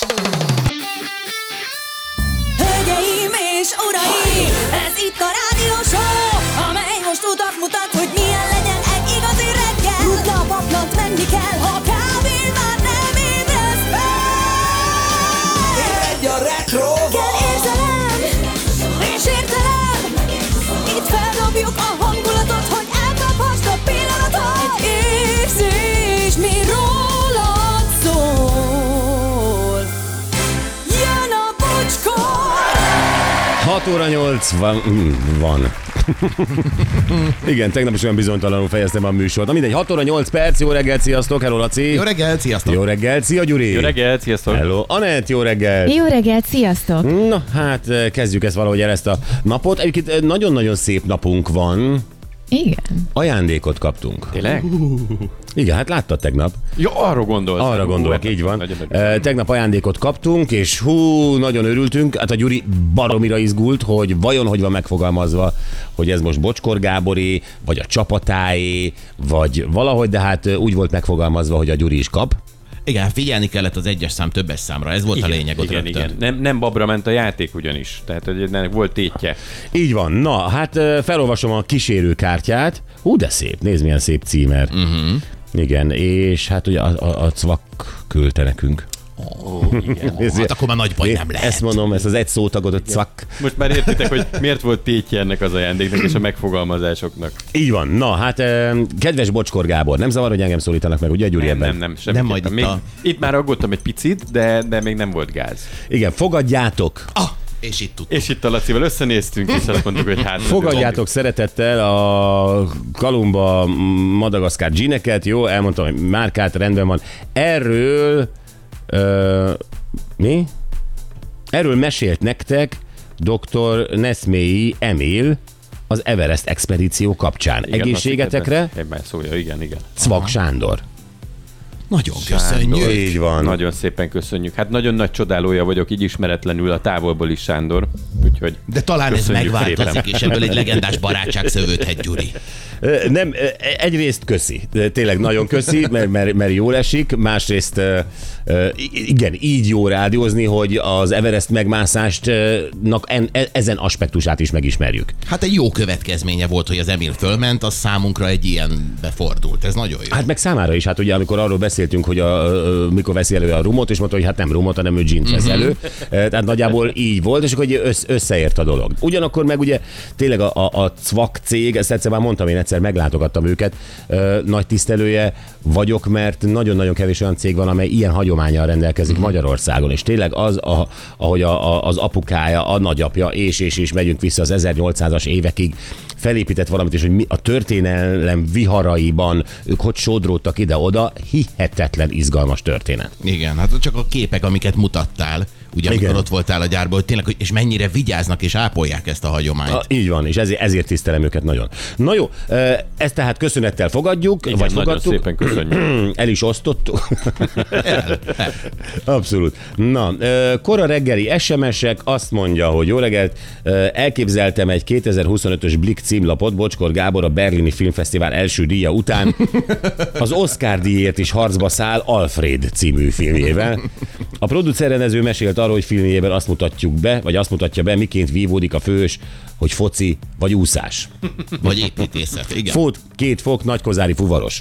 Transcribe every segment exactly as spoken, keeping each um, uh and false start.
Hölgyeim és uraim, ez itt a rádió show, amely most utat mutat, hogy milyen legyen egy igazi reggel. Rutna a paplant, menni kell, ha kávén már nem ébresz fel. Egy a retro Kell érzelem, és értelem, itt feldobjuk a hangulatot, hogy elkaphast a pillanatot. Egy érzés, mi rólad szól. Jön a bocskor! hat óra nyolc van. van. Igen, tegnap is olyan bizonytalanul fejeztem a műsort. Na mindegy, hat óra nyolc perc, jó reggelt, sziasztok, hello Laci. Jó reggelt, sziasztok. Jó reggelt, szia Gyuri. Jó reggelt, sziasztok. Hello, Anett, jó reggelt. Jó reggelt, sziasztok! Na, hát kezdjük ezt valahogy el ezt a napot. Egyébként nagyon-nagyon szép napunk van. Igen. Ajándékot kaptunk. Tényleg? Igen, hát láttad tegnap. Jó, arra gondolsz. Arra gondolok, így van. E, tegnap ajándékot kaptunk, és hú, nagyon örültünk. Hát a Gyuri baromira izgult, hogy vajon hogy van megfogalmazva, hogy ez most Bocskor Gáboré, vagy a csapatáé, vagy valahogy, de hát úgy volt megfogalmazva, hogy a Gyuri is kap. Igen, figyelni kellett az egyes szám többes számra, ez volt igen, a lényeg ott igen, rögtön. igen. Nem, nem babra ment a játék ugyanis, tehát hogy ennek volt tétje. Így van. Na, hát felolvasom a kísérőkártyát. Hú, de szép, nézd milyen szép címer. Uh-huh. Igen, és hát ugye a, a, a cvak küldte nekünk. Ó, igen. Hát akkor már nagy baj nem lehet. Ezt mondom, ezt az egy szótagot, a cvak. Most már értitek, hogy miért volt tétje ennek az ajándéknak és a megfogalmazásoknak. Így van. Na, hát kedves Bocskor Gábor, nem zavar, hogy engem szólítanak meg, ugye Gyuri Nem, ebben? nem, nem, Nem majd semmiképpen. Még, a- itt már aggódtam egy picit, de, de még nem volt gáz. Igen, fogadjátok. Ah, és itt tudtuk. És itt a Lacival összenéztünk, és azt mondtuk, hogy hát... Fogadjátok szeretettel a Kalumba Madagaszkár gineket, jó, elmondtam, hogy márkát, rendben van. Erről ö, mi? Erről mesélt nektek doktor Neszmélyi Emil az Everest expedíció kapcsán. Igen, Egészségetekre, Ebben szólja, igen, igen. Cvak Sándor. Nagyon Sándor. köszönjük. Így van. Nagyon szépen köszönjük. Hát nagyon nagy csodálója vagyok, így ismeretlenül a távolból is, Sándor. Úgyhogy De talán ez köszönjük megváltozik, szépen. és ebből egy legendás barátság szövődhet, Gyuri. Ö, Nem, ö, egyrészt köszi, tényleg nagyon köszi, mert, mert, mert jól esik, másrészt ö, ö, igen, így jó rádiózni, hogy az Everest megmászástnak en, e- ezen aspektusát is megismerjük. Hát egy jó következménye volt, hogy az Emil fölment, az számunkra egy ilyen befordult. Ez nagyon jó. Hát meg számára is, hát ugye amikor arról beszéltünk, hogy a, a, mikor veszi elő a rumot, és mondta, hogy hát nem rumot, hanem ő gint vesz elő. Tehát nagyjából így volt, és akkor össz, összeért a dolog. Ugyanakkor meg ugye tényleg a, a, a cvak cég, ezt egyszer már mondtam, én egyszer meglátogattam őket, nagy tisztelője vagyok, mert nagyon-nagyon kevés olyan cég van, amely ilyen hagyománnyal rendelkezik uh-huh. Magyarországon, és tényleg az, a, ahogy a, a, az apukája, a nagyapja, és, és, és megyünk vissza az ezernyolcszázas évekig, felépített valamit, és hogy mi a történelem viharaiban ők hogy sodródtak ide-oda, hihetetlen izgalmas történet. Igen, hát csak a képek, amiket mutattál, ugye amikor Igen. ott voltál a gyárban, hogy tényleg, hogy- és mennyire vigyáznak és ápolják ezt a hagyományt. A, így van, és ezért, ezért tisztelem őket nagyon. Na jó, ezt tehát köszönettel fogadjuk, Igen, vagy nagyon fogadtuk. szépen köszönjük. El is osztottuk. El, el. Abszolút. Na, kora reggeli es em esek azt mondja, hogy jó reggelt, elképzeltem egy kétezer-huszonötös Blick címlapot, Bocskor Gábor a Berlini Filmfesztivál első díja után az Oscar díjért is harcba száll Alfred című filmjével. A producerrendező mesélt arról, hogy filmjében azt mutatjuk be, vagy azt mutatja be, miként vívódik a fős, hogy foci vagy úszás. Vagy építészet, igen. Fót, két fok, nagykozári fuvaros.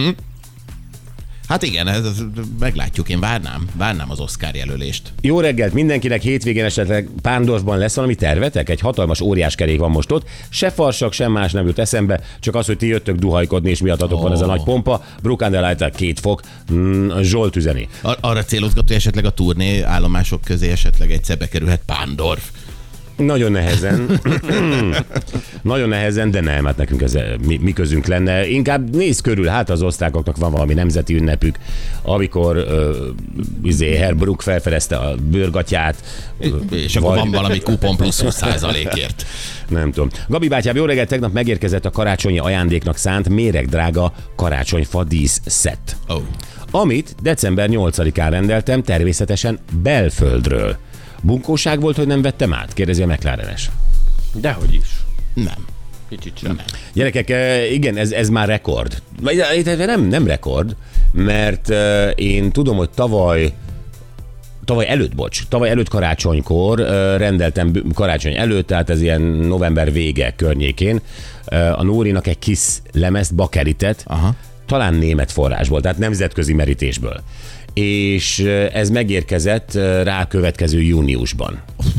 Hát igen, ez, ez, meglátjuk, én várnám, várnám az Oscar jelölést. Jó reggelt mindenkinek, hétvégén esetleg Pándorfban lesz valami tervetek? Egy hatalmas óriás kerék van most ott, se farsak, sem más nem jut eszembe, csak az, hogy ti jöttök duhajkodni, és miattatok oh. van ez a nagy pompa. Brukándelájtál két fok, mm, Zsolt üzeni. Ar- arra célozgat, hogy esetleg a turné állomások közé esetleg egyszer bekerülhet Pándorf. Nagyon nehezen. Nagyon nehezen, de nem, hát nekünk ez mi, mi közünk lenne. Inkább nézz körül, hát az osztrákoknak van valami nemzeti ünnepük, amikor uh, izé, Herr Bruck felfedezte a bőrgatyát. És akkor van valami kupon plusz húsz százalékért. Nem tudom. Gabi bátyám, jó reggelt, tegnap megérkezett a karácsonyi ajándéknak szánt méregdrága karácsonyfa dísz szett. Oh. Amit december nyolcadikán rendeltem, természetesen belföldről. Bunkóság volt, hogy nem vettem át? Kérdezi a McLaren-es. Dehogy is. Nem. Kicsit sem. Nem. Gyerekek, igen, ez, ez már rekord. Vagy nem, nem rekord, mert én tudom, hogy tavaly tavaly előtt, bocs, tavaly előtt karácsonykor uh, rendeltem karácsony előtt, tehát ez ilyen november vége környékén, uh, a Nórinak egy kis lemezt, bakelitet, aha, talán német forrásból, tehát nemzetközi merítésből. És ez megérkezett rá következő júniusban.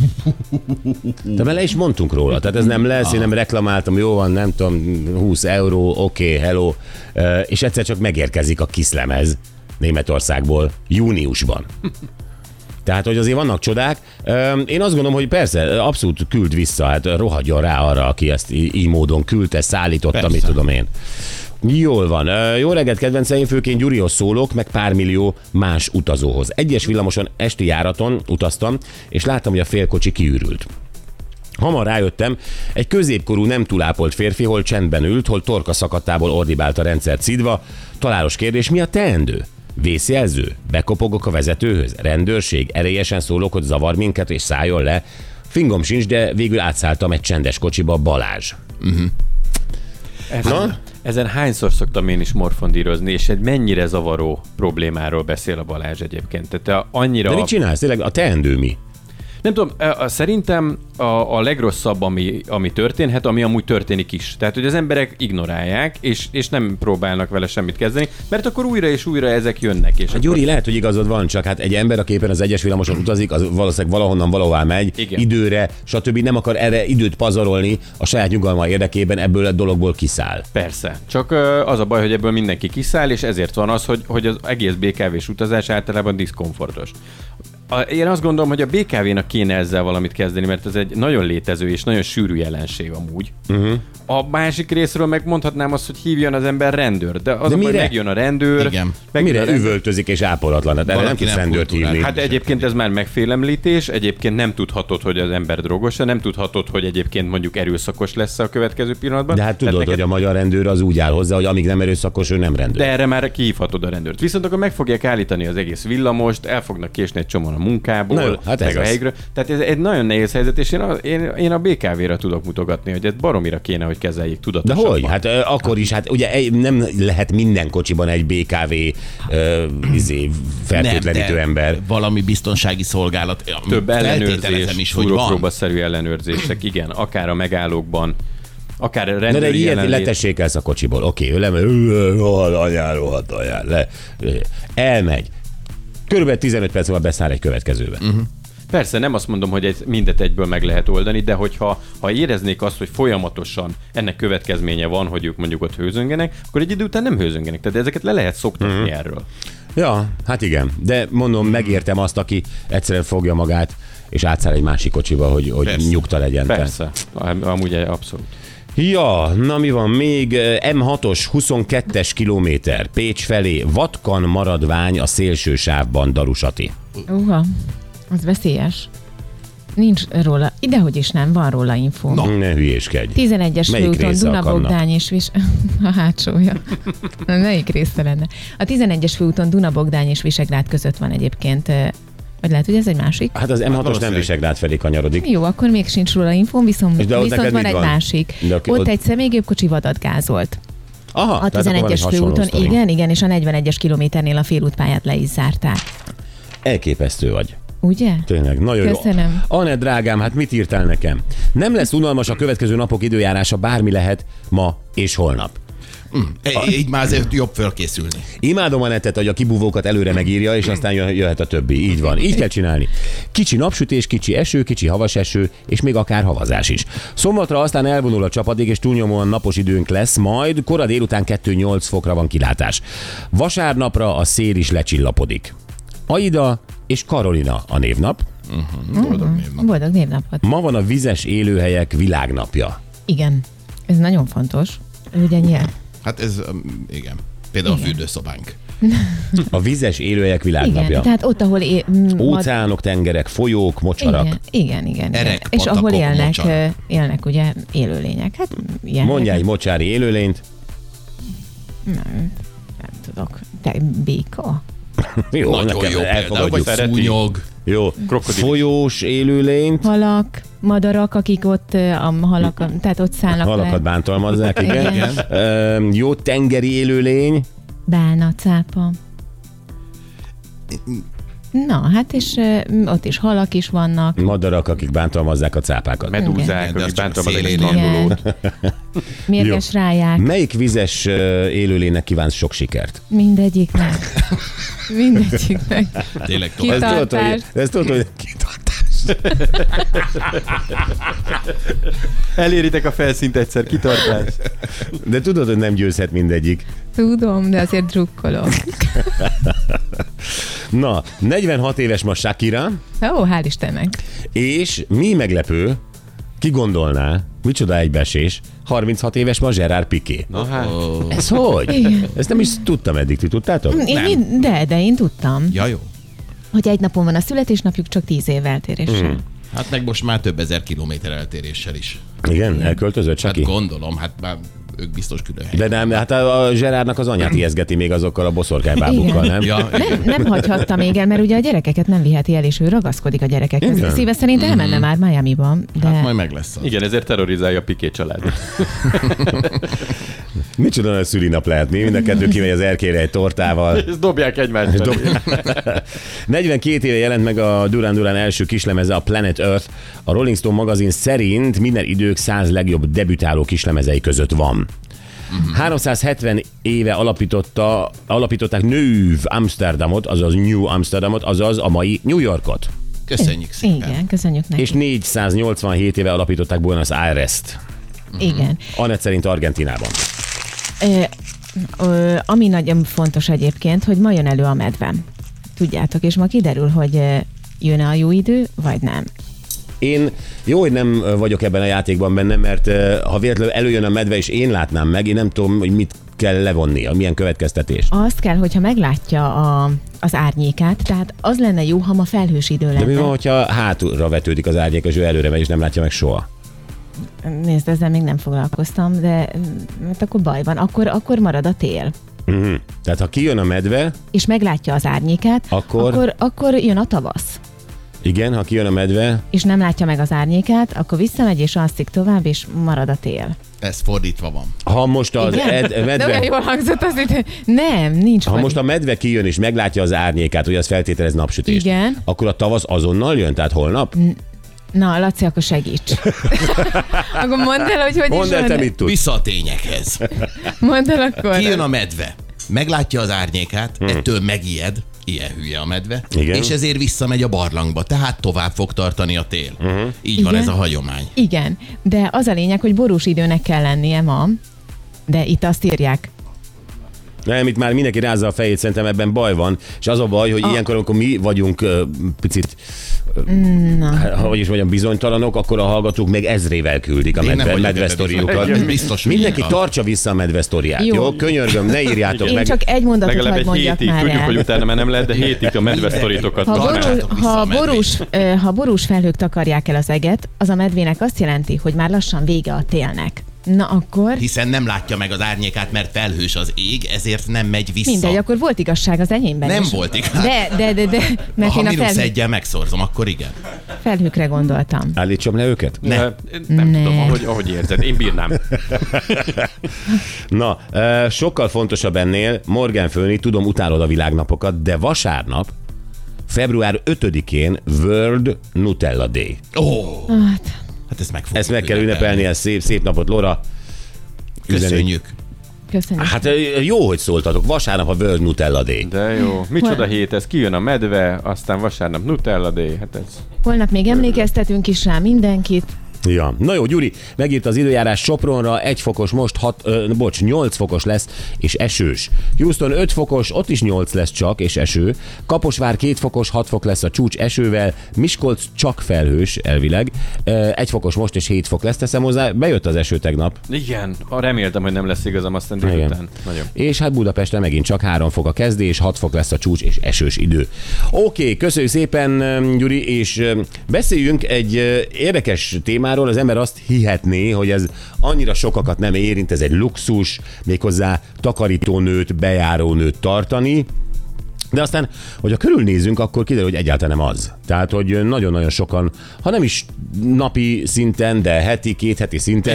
De vele is mondtunk róla, tehát ez nem lesz, én nem reklamáltam, jó van, nem tudom, húsz euró, oké, okay, hello, és egyszer csak megérkezik a kiszlemez Németországból júniusban. Tehát, hogy azért vannak csodák. Én azt gondolom, hogy persze, abszolút küld vissza, hát rohadjon rá arra, aki ezt így módon küldte, szállította, persze, mit tudom én. Jól van. Jó reggelt, kedvenceim, főként Gyurihoz szólok, meg pár millió más utazóhoz. Egyes villamoson esti járaton utaztam, és láttam, hogy a félkocsi kiürült. Hamar rájöttem, egy középkorú, nem túlápolt férfi, hol csendben ült, hol torka szakadtából ordibált a rendszert szidva. Találós kérdés, mi a teendő? Vészjelző? Bekopogok a vezetőhöz? Rendőrség? Erélyesen szólok, hogy zavar minket és szálljon le? Fingom sincs, de végül átszálltam egy csendes kocsiba, Balázs. Uh-huh. Ezen, ezen hányszor szoktam én is morfondírozni, és egy mennyire zavaró problémáról beszél a Balázs egyébként. Tehát annyira... De mit csinálsz? Tényleg a teendő mi? Nem tudom, szerintem a, a legrosszabb, ami, ami történhet, ami amúgy történik is. Tehát, hogy az emberek ignorálják, és, és nem próbálnak vele semmit kezdeni, mert akkor újra és újra ezek jönnek. És hát Gyuri, akkor... lehet, hogy igazad van, csak hát egy ember, aki éppen az egyes villamoson utazik, az valószínűleg valahonnan valahová megy, igen, időre, stb. Nem akar erre időt pazarolni a saját nyugalma érdekében, ebből a dologból kiszáll. Persze. Csak az a baj, hogy ebből mindenki kiszáll, és ezért van az, hogy, hogy az egész bé ká vés utazás általában diszkomfortos. Én azt gondolom, hogy a bé ká vénak kéne ezzel valamit kezdeni, mert ez egy nagyon létező és nagyon sűrű jelenség amúgy. Uh-huh. A másik részről meg mondhatnám azt, hogy hívjon az ember rendőr, de az, hogy megjön a rendőr. Igen. Mire a rendőr... üvöltözik és ápolatlan, hát erre nem tudsz rendőrt hívni. Hát egyébként ez már megfélemlítés, egyébként nem tudhatod, hogy az ember drogos, nem tudhatod, hogy egyébként mondjuk erőszakos lesz a következő pillanatban. De hát tudod, neked... hogy a magyar rendőr az úgy áll hozzá, hogy amíg nem erőszakos, ő nem rendőr. De erre már kihívhatod a rendőrt. Viszont akkor meg fogják állítani az egész villamost, el fognak késni egy csomóan a munkából, jó, hát meg a helyükről. Tehát ez egy nagyon nehéz helyzet, és én a, én, én a bé ká véra tudok mutogatni, hogy ez baromira kéne, hogy kezeljék tudatosabban. De hogy? Hát euh, akkor is, hát ugye nem lehet minden kocsiban egy bé ká vé euh, izé, fertőtlenítő ember. Valami biztonsági szolgálat. Több ellenőrzés, fúrópróbaszerű ellenőrzések, igen, akár a megállókban, akár a rendőri de de ilyet jelenlét. letessék el a kocsiból. Oké, ő lemegy, rohadt anyár, rohadt anyár, le. Elmegy. Körülbelül tizenöt perc múlva beszáll egy következőbe. Uh-huh. Persze, nem azt mondom, hogy ez mindet egyből meg lehet oldani, de hogyha ha éreznék azt, hogy folyamatosan ennek következménye van, hogy ők mondjuk ott hőzöngenek, akkor egy idő után nem hőzöngenek. Tehát ezeket le lehet szoktatni uh-huh. erről. Ja, hát igen. De mondom, megértem azt, aki egyszerűen fogja magát, és átszáll egy másik kocsiba, hogy, hogy nyugta legyen. Persze, amúgy abszolút. Ja, na mi van még? em hatos, huszonkettes kilométer, Pécs felé, vatkan maradvány a szélső sávban, Darusati. Uha, az veszélyes. Nincs róla, idehogy is nem, van róla infó. No. Ne hülyéskedj. tizenegyes főúton Dunabogdány és Vis... A hátsója. Melyik része lenne? A tizenegyes főúton Dunabogdány és Visegrád között van egyébként. Vagy lehet, hogy ez egy másik? Hát az em hatos nem Visegrád felé kanyarodik. Jó, akkor még sincs róla infóm, viszont, viszont van egy van? másik. Ott, ott egy személygépkocsi vadat gázolt. Aha, a tizenegyes főúton, igen, igen, és a negyvenegyes kilométernél a félútpályát le is zárták. Elképesztő vagy. Ugye? Tényleg, nagyon Köszönöm. jó. Anne, drágám, hát mit írtál nekem? Nem lesz unalmas a következő napok időjárása, bármi lehet ma és holnap. Mm, így már azért jobb fölkészülni. Imádom a netet, hogy a kibúvókat előre megírja, és aztán jöhet a többi. Így van. Így kell csinálni. Kicsi napsütés, kicsi eső, kicsi havas eső, és még akár havazás is. Szombatra aztán elvonul a csapadék, és túlnyomóan napos időnk lesz, majd kora délután kettő-nyolc fokra van kilátás. Vasárnapra a szél is lecsillapodik. Aida és Karolina a névnap. Uh-huh. Boldog névnap. Boldog névnapot. Ma van a vizes élőhelyek világnapja. Igen, ez nagyon fontos. Ugye nyilván. Hát ez, igen. Például igen. A fürdőszobánk. A vizes élőhelyek világnapja. Igen, tehát ott, ahol... É- m- óceánok, tengerek, folyók, mocsarak. Igen, igen, igen. igen. Erek, és patakok, ahol élnek, mocsarak. élnek ugye élőlények. Hát ilyen. Mondjál egy mocsári élőlényt. Nem, nem tudok. Te béka? Jó, nagyon jó például, vagy szúnyog. Jó, krokodil. Folyós élőlényt. Halak, madarak, akik ott a halak, tehát ott szállnak. Halakat le. Bántalmazzák, igen. igen. Ö, jó tengeri élőlény. Bálna, cápa. Na, hát és uh, ott is halak is vannak. Madarak, akik bántalmazzák a cápákat. Medúzák, Igen, akik de az csak bántalmazzák egy szélén strandolót. Mérges ráják. Melyik vizes uh, élőlének kívánsz sok sikert? Mindegyiknek. Mindegyiknek. Tényleg Ez tovább. Kitartás. tudod, hogy, ez tudod, hogy kitartás. Eléritek a felszínt egyszer, kitartás. De tudod, hogy nem győzhet mindegyik. Tudom, de azért drukkolok. Na, negyvenhat éves ma Shakira, Ó, hál' Istennek. és mi meglepő, ki gondolná, micsoda egybeesés, harminchat éves ma Gerard Piqué. Na hát. Ó, Ez hogy? Igen. Ezt nem is tudtam eddig, ti tudtátok? Én, Nem. mind- de, de én tudtam, Ja, jó. hogy egy napon van a születésnapjuk, csak tíz év eltéréssel. Mm. Hát meg most már több ezer kilométer eltéréssel is. Igen, elköltözött Hát Saki? gondolom, hát már ők biztos külön De helyen. nem, hát a a Gerardnak az anyát ijeszgeti még azokkal a boszorkánybábukkal, nem? Ja, Nem, nem hagyhatta még el, mert ugye a gyerekeket nem viheti el, és ő ragaszkodik a gyerekekhez. Igen. Szíve szerint elmenne már Miami-ba, de... hát majd meg lesz az. Igen, ezért terrorizálja a Piqué családot. Micsoda nagy szülinap lehet, mi? Mind a kettő kimegy az erkére egy tortával. Ezt dobják egymást. negyvenkét éve jelent meg a Duran Duran első kislemeze, a Planet Earth. A Rolling Stone magazin szerint minden idők száz legjobb debütáló kislemezei között van. Uh-huh. háromszázhetven éve alapította, alapították New Amsterdamot, azaz New Amsterdamot, azaz a mai New Yorkot. Köszönjük szépen. Igen, köszönjük neki. És négyszáznyolcvanhét éve alapították Buenos Aires-t. Igen. Anett szerint Argentinában. Ö, ö, ami nagyon fontos egyébként, hogy ma jön elő a medve. Tudjátok, és ma kiderül, hogy ö, jön-e a jó idő, vagy nem. Én jó, hogy nem vagyok ebben a játékban benne, mert eh, ha véletlenül előjön a medve, és én látnám meg, én nem tudom, hogy mit kell levonni, milyen következtetést. Azt kell, hogyha meglátja a, az árnyékát, tehát az lenne jó, ha ma felhős idő De mi van, lenne. hogyha hátra vetődik az árnyék, és ő előre megy, és nem látja meg soha? Nézd, ezzel még nem foglalkoztam, de mert akkor baj van. Akkor, akkor marad a tél. Uh-huh. Tehát ha kijön a medve, És meglátja az árnyékát, Akkor? akkor, akkor jön a tavasz. igen, ha kijön a medve, És nem látja meg az árnyékát, akkor visszamegy és alszik tovább, és marad a tél. Ez fordítva van. ha most az Igen? ed, De olyan medve, jól hangzott az itt. Nem, nincs. ha vagy. most a medve kijön, és meglátja az árnyékát, hogy az feltételez napsütést, Igen. akkor a tavasz azonnal jön, tehát holnap? Na, Laci, akkor segíts. akkor mondd el, hogy hogy Mondd is el, te van. mit tudsz. Vissza a tényekhez. Mondd el akkor. Kijön a medve, meglátja az árnyékát, ettől megijed, ilyen hülye a medve, Igen. és ezért visszamegy a barlangba, tehát tovább fog tartani a tél. Uh-huh. Így van Igen. ez a hagyomány. Igen, de az a lényeg, hogy borús időnek kell lennie ma, de itt azt írják. Nem, itt már mindenki rázza a fejét, szerintem ebben baj van, és az a baj, hogy A- ilyenkor, amikor mi vagyunk uh, picit, Na. ha hogy is mondjam, bizonytalanok, akkor a hallgatók meg ezrével küldik a Én nem medve, vagyok medve ebben sztoriukat. biztos. Biztos, hogy Mindenki ilyen. tartsa vissza a medve sztoriát, jó? Jó. Könyörgöm, ne írjátok Én meg. csak egy mondatot Legalább hadd egy mondjak hétig. már Tudjuk, el. hogy utána már nem lehet, de hétig a medve sztoritokat Ha, tartsátok. ború, Tartsátok vissza ha, a medvét. borús, ö, ha borús felhők takarják el az eget, az a medvének azt jelenti, hogy már lassan vége a télnek. Na akkor, Hiszen nem látja meg az árnyékát, mert felhős az ég, ezért nem megy vissza. mindegy, akkor volt igazság az enyémben Nem is. volt igaz. De, de, de, de, mert Ha én a mínusz felhő, eggyel megszorzom, akkor igen. felhőkre gondoltam. Állítsam le őket? Ne. Ne. Nem Ne. tudom, ahogy, ahogy érzed. Én bírnám. Na, uh, sokkal fontosabb ennél, Morgan Fölni, tudom, utálod a világnapokat, de vasárnap, február ötödikén World Nutella Day. Ó, Hát, hát ezt meg fogjuk Ezt meg kell ünnepelni, ez szép, szép napot, Lora. Köszönjük. köszönjük. Hát jó, hogy szóltatok, vasárnap a World Nutella Day. De jó. Micsoda hét ez? Kijön a medve, aztán vasárnap Nutella Day. Hát ez... Holnap még emlékeztetünk is rá mindenkit. Ja. Na jó, Gyuri, megírta az időjárás Sopronra, egy fokos most, hat, ö, bocs, nyolc fokos lesz, és esős. Houston öt fokos, ott is nyolc lesz csak, és eső. Kaposvár két fokos, hat fok lesz a csúcs esővel. Miskolc csak felhős, elvileg. Ö, egy fokos most, és hét fok lesz, teszem hozzá. Bejött az eső tegnap. Igen, reméltem, hogy nem lesz igazam, aztán Igen. délután. Nagyon. És hát Budapesten megint csak három fok a kezdés, hat fok lesz a csúcs, és esős idő. Oké, okay, köszönjük szépen, öm, Gyuri, és öm, beszéljünk egy ö, érdekes témáról. Az ember azt hihetné, hogy ez annyira sokakat nem érint, ez egy luxus, méghozzá takarítónőt, bejárónőt tartani. De aztán, hogyha körülnézünk, akkor kiderül, hogy egyáltalán nem az. Tehát, hogy nagyon-nagyon sokan, ha nem is napi szinten, de heti, két heti szinten Igen.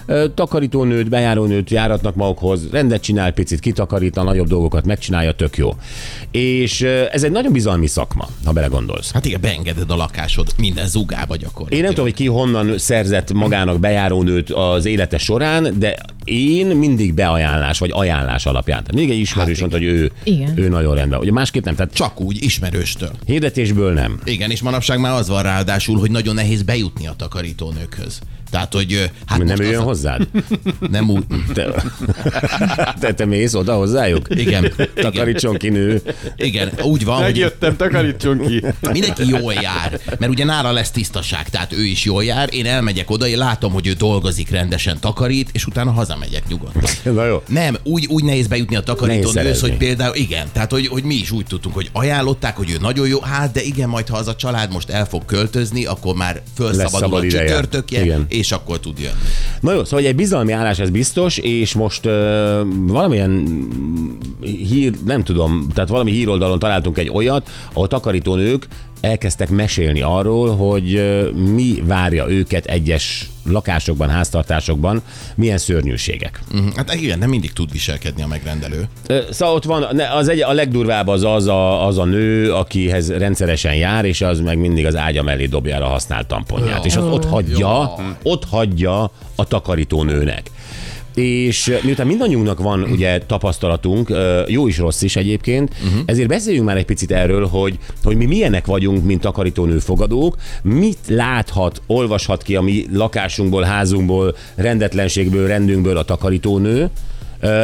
Takarítónőt, bejárónőt járatnak magukhoz, rendet csinál, picit kitakarít, a nagyobb dolgokat megcsinálja, tök jó. És ez egy nagyon bizalmi szakma, ha belegondolsz. Hát igen, beengeded a lakásod minden zugába gyakorlatilag. Én nem tudom, hogy ki honnan szerzett magának bejárónőt az élete során, de én mindig beajánlás, vagy ajánlás alapján. Tehát még egy ismerős Hát mondta, hogy ő, ő nagyon rendben. Ugye másképp nem, tehát Csak úgy, ismerőstől. hirdetésből nem. Igen, és manapság már az van ráadásul, hogy nagyon nehéz bejutni a takarítónőkhöz. Tehát, hogy hát Nem most ő jön az a- hozzád? Nem úgy. Te, te, te mész oda hozzájuk? Igen. Takarítson ki nő. Igen, úgy van, hogy Megjöttem, takarítson ki. mindenki jól jár, mert ugye nála lesz tisztaság, tehát ő is jól jár, én elmegyek oda, én látom, hogy ő dolgozik rendesen, takarít, és utána hazamegyek nyugodtan. Na jó. Nem, úgy, úgy nehéz bejutni a Nehéz takarítónőhöz, szerezni. hogy például, igen, tehát hogy, hogy mi is úgy tudtunk, hogy ajánlották, hogy ő nagyon jó, hát de igen, majd ha az a család most el fog költözni, akkor már szabad felszabadul a ideje. csütörtökje, Igen. és akkor tud jönni. Na jó, szóval egy bizalmi állás, ez biztos, és most uh, valamilyen hír, nem tudom, tehát valami híroldalon találtunk egy olyat, ahol takarítónők elkezdtek mesélni arról, hogy uh, mi várja őket egyes lakásokban, háztartásokban, milyen szörnyűségek. Mhm. Hát igen, nem mindig tud viselkedni a megrendelő. Ö, Szóval ott van, ne, az egy, a legdurvább az az a, az a nő, akihez rendszeresen jár, és az meg mindig az ágya mellé dobja el a használt tamponját. És az ott hagyja, ott hagyja a takarítónőnek. És miután mindannyiunknak van ugye tapasztalatunk, ö, jó is, rossz is egyébként, uh-huh. ezért beszéljünk már egy picit erről, hogy, hogy mi milyenek vagyunk, mint takarítónő fogadók, mit láthat, olvashat ki a mi lakásunkból, házunkból, rendetlenségből, rendünkből a takarítónő, Ö,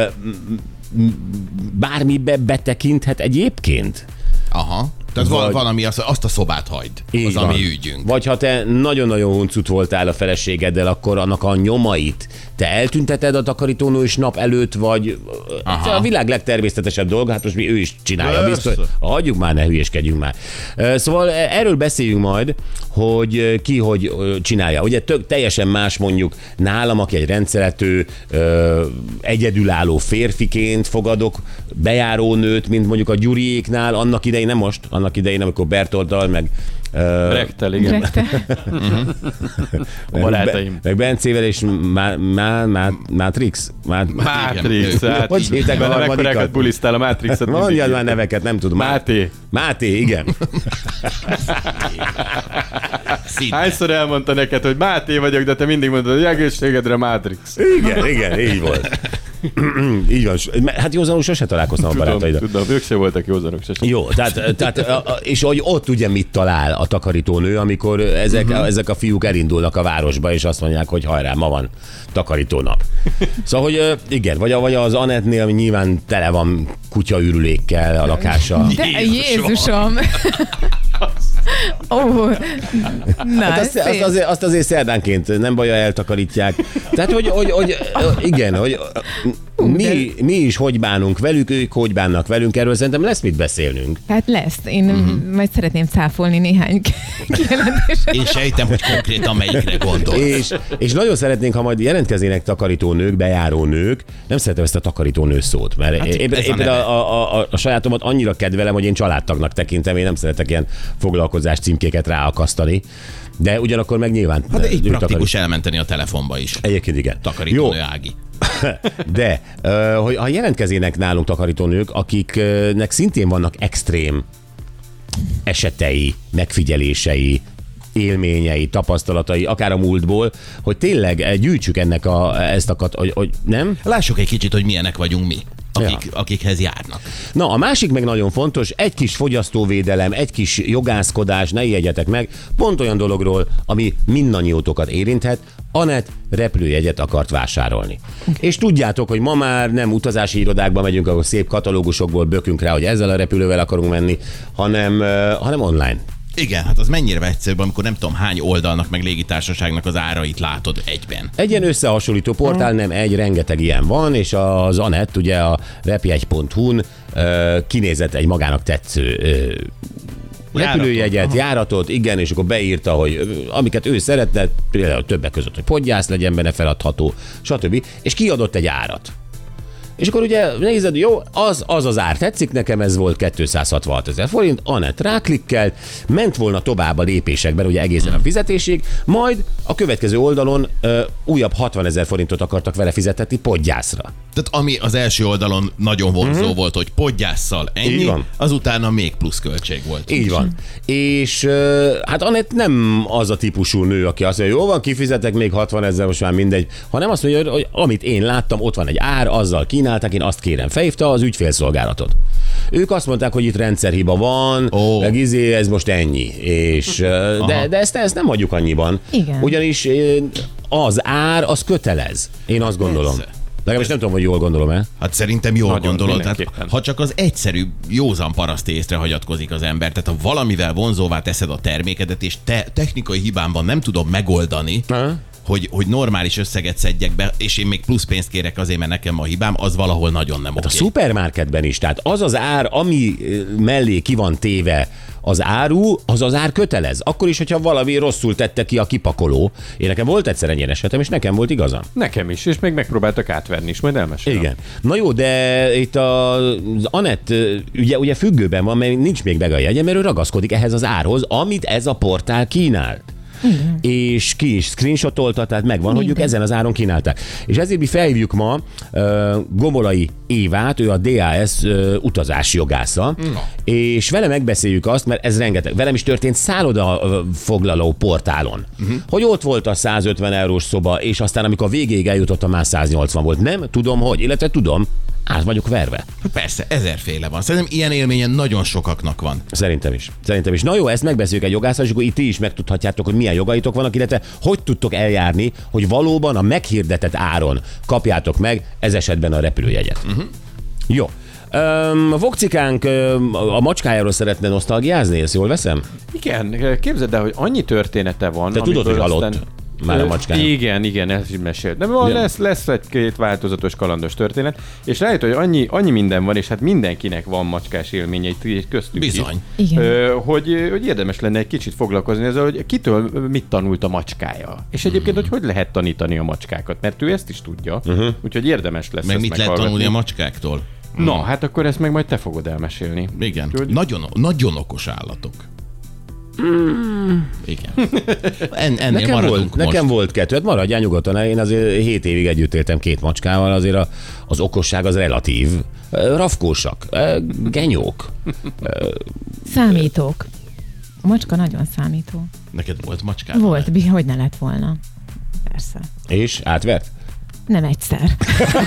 bármibe betekinthet egyébként? Aha. Tehát Vagy- Vagy... valami, azt, azt a szobát hagyd, Így az van. a mi ügyünk. Vagy ha te nagyon-nagyon huncut voltál a feleségeddel, akkor annak a nyomait te eltünteted a takarítónő is nap előtt, vagy Aha. a világ legtermészetesebb dolga, hát most mi ő is csinálja, Persze. biztos. Hagyjuk már, ne hülyéskedjünk már. Ö, Szóval erről beszéljünk majd, hogy ki hogy ö, csinálja. Ugye tök, teljesen más mondjuk nálam, aki egy rendszerető, ö, egyedülálló férfiként fogadok bejárónőt, mint mondjuk a Gyuriéknál, annak idején, nem most, annak idején, amikor Bertolddal, meg ö, Rektel, igen. Rekte. A barátaim. Meg, meg Bencével és má, má, má, Matrix? Má, Matrix, hát Hogy hívták a bele harmadikat? mekkorákat bulisztál a Matrixot. Mondjad mindig. már neveket, nem tudom. Máté. Máté, igen. Szinte. Hányszor elmondta neked, hogy Máté vagyok, de te mindig mondod, hogy egészségedre Matrix. Igen, igen, így volt. Így van. Hát józanul sose találkoztam a Tudom, barátaiddal. tudom, ők se voltak józanok se. Jó, tehát, tehát a- a- és hogy ott ugye mit talál a takarítónő, amikor ezek, uh-huh. ezek a fiúk elindulnak a városba, és azt mondják, hogy hajrá, ma van takarítónap. Szóval, hogy ö, igen, vagy, a- vagy az Anettnél, ami nyilván tele van kutyaürülékkel a lakása. De Jézusom! Jézusom! Ó, na, Hát azt, szép. azt, azért, azt azért szerdánként nem baj, ha eltakarítják. Tehát, hogy, hogy, hogy igen, hogy mi, mi is hogy bánunk velük, ők hogy bánnak velünk, erről szerintem lesz mit beszélnünk. Hát lesz. Én uh-huh. majd szeretném cáfolni néhány kijelentéset. Én sejtem, hogy konkrétan melyikre gondol. És, és nagyon szeretnénk, ha majd jelentkeznének takarítónők, bejárónők, nem szeretem ezt a takarítónő szót, mert hát én, ez én a például neve. a, a, a sajátomat annyira kedvelem, hogy én családtagnak tekintem, én nem szeretek ilyen foglalkozás címkéket ráakasztani, de ugyanakkor meg nyilván. Hát de így ők praktikus takarít- elmenteni a telefonba is. Egyébként igen. Takarítónő Ági. De, ö, hogy ha jelentkeznének nálunk takarítónők, akiknek szintén vannak extrém esetei, megfigyelései, élményei, tapasztalatai, akár a múltból, hogy tényleg eh, gyűjtsük ennek a, ezt a, kat- hogy, hogy nem? Lássuk egy kicsit, hogy milyenek vagyunk mi, akik, Ja. akikhez járnak. Na, a másik meg nagyon fontos, egy kis fogyasztóvédelem, egy kis jogászkodás, ne ijedjetek meg, pont olyan dologról, ami mindannyiótokat érinthet. Anett repülőjegyet akart vásárolni. És tudjátok, hogy ma már nem utazási irodákba megyünk, ahol szép katalógusokból bökünk rá, hogy ezzel a repülővel akarunk menni, hanem, uh, hanem online. Igen, hát az mennyire egyszerűbb, amikor nem tudom hány oldalnak, meg légitársaságnak az árait látod egyben. Egy ilyen összehasonlító portál, nem egy, rengeteg ilyen van, és az Anett ugye a repjegy pont hu-n uh, kinézett egy magának tetsző uh, repülőjegyet, járatot, igen, és akkor beírta, hogy ö, amiket ő szeretne, például többek között, hogy podgyász legyen benne feladható, stb. És kiadott egy árat. És akkor ugye nézed, jó, az az, az ár tetszik nekem, ez volt kétszázhatvanhat ezer forint, Anett ráklikkelt, ment volna tovább a lépésekben, ugye egészen a fizetésig, majd a következő oldalon ö, újabb hatvan ezer forintot akartak vele fizetetni podgyászra. Tehát ami az első oldalon nagyon vonzó uh-huh. volt, hogy podgyásszal ennyi, azutána még plusz költség volt. Így van. És ö, hát Anett nem az a típusú nő, aki azt mondja, jó van, kifizetek még hatvan ezer, most már mindegy, hanem azt mondja, hogy amit én láttam, ott van egy ár, azzal kínálták, én azt kérem. Felhívta az ügyfélszolgálatot. Ők azt mondták, hogy itt rendszerhiba van, oh. meg izé, ez most ennyi. És, de, de ezt, ezt nem hagyjuk annyiban. Igen. Ugyanis az ár, az kötelez. Én azt gondolom. Persze. Legalábbis nem tudom, hogy jól gondolom-e. Hát szerintem jól Nagyon, gondolod. Hát, ha csak az egyszerű, józan paraszti észre hagyatkozik az ember, tehát ha valamivel vonzóvá teszed a termékedet, és te technikai hibámban nem tudom megoldani, uh-huh. hogy, hogy normális összeget szedjek be, és én még plusz pénzt kérek azért, mert nekem a hibám, az valahol nagyon nem hát oké. A szupermarketben is, tehát az az ár, ami mellé ki van téve az áru, az az ár kötelez. Akkor is, hogyha valami rosszul tette ki a kipakoló. Én nekem volt egyszer ennyien esetem, és nekem volt igazam. Nekem is, és még megpróbáltak átverni is, majd elmesélem. Igen. Na jó, de itt az Anett ugye, ugye függőben van, mert nincs még meg a jegye, mert ő ragaszkodik ehhez az árhoz, amit ez a portál kínál. Igen. És ki is screenshotolta, tehát megvan, hogy ők ezen az áron kínálták. És ezért mi felhívjuk ma uh, Gomolai Évát, ő a dé á es uh, utazási jogásza, no. és vele megbeszéljük azt, mert ez rengeteg, velem is történt szállodafoglaló portálon, uh-huh. hogy ott volt a százötven eurós szoba, és aztán amikor végéig eljutottam, már száznyolcvan volt. Nem tudom, hogy, illetve tudom, át vagyok verve. Persze, ezerféle van. Szerintem ilyen élményen nagyon sokaknak van. Szerintem is. Szerintem is. Na jó, ezt megbeszéljük egy jogásszal, és akkor itt ti is megtudhatjátok, hogy milyen jogaitok vannak, illetve hogy tudtok eljárni, hogy valóban a meghirdetett áron kapjátok meg ez esetben a repülőjegyet. Uh-huh. Jó. Um, a Vokcikánk um, a macskájáról szeretne nosztalgiázni, ezt jól veszem? Igen, képzeld el, hogy annyi története van. Te tudod, hogy halott. Aztán... Már a macskán. Igen, igen, ezt is mesélt. De van, lesz, lesz egy-két változatos kalandos történet, és rájött, hogy annyi, annyi minden van, és hát mindenkinek van macskás élményei, köztük Bizony. is. Igen. Hogy, hogy érdemes lenne egy kicsit foglalkozni ezzel, hogy kitől mit tanult a macskája. És egyébként, hogy hogy lehet tanítani a macskákat, mert ő ezt is tudja, uh-huh. úgyhogy érdemes lesz. Meg mit lehet tanulni a macskáktól? Na, hát akkor ezt meg majd te fogod elmesélni. Igen, úgy, nagyon, nagyon okos állatok. Mm. Igen. En, ennél nekem maradunk volt, most. Nekem volt kettő, hát maradjál nyugodtan, én azért hét évig együtt éltem két macskával, azért a, az okosság az relatív. Rafkósak, genyók. Számítók. A macska nagyon számító. Neked volt macskád? Volt, hogy ne lett volna. Persze. És átvert? Nem egyszer.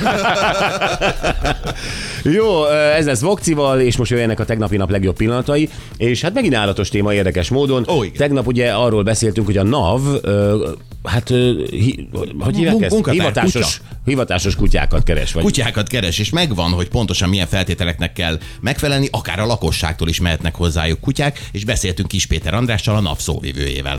Jó, ez lesz Vokcival, és most jöjjenek a tegnapi nap legjobb pillanatai, és hát megint állatos téma érdekes módon. Oh, Tegnap ugye arról beszéltünk, hogy a NAV, hát, hi, hogy hívják ezt? Hivatásos, hivatásos kutyákat keres. Vagy? Kutyákat keres, és megvan, hogy pontosan milyen feltételeknek kell megfelelni, akár a lakosságtól is mehetnek hozzájuk kutyák, és beszéltünk Kis Péter Andrással, a NAV szóvivőjével.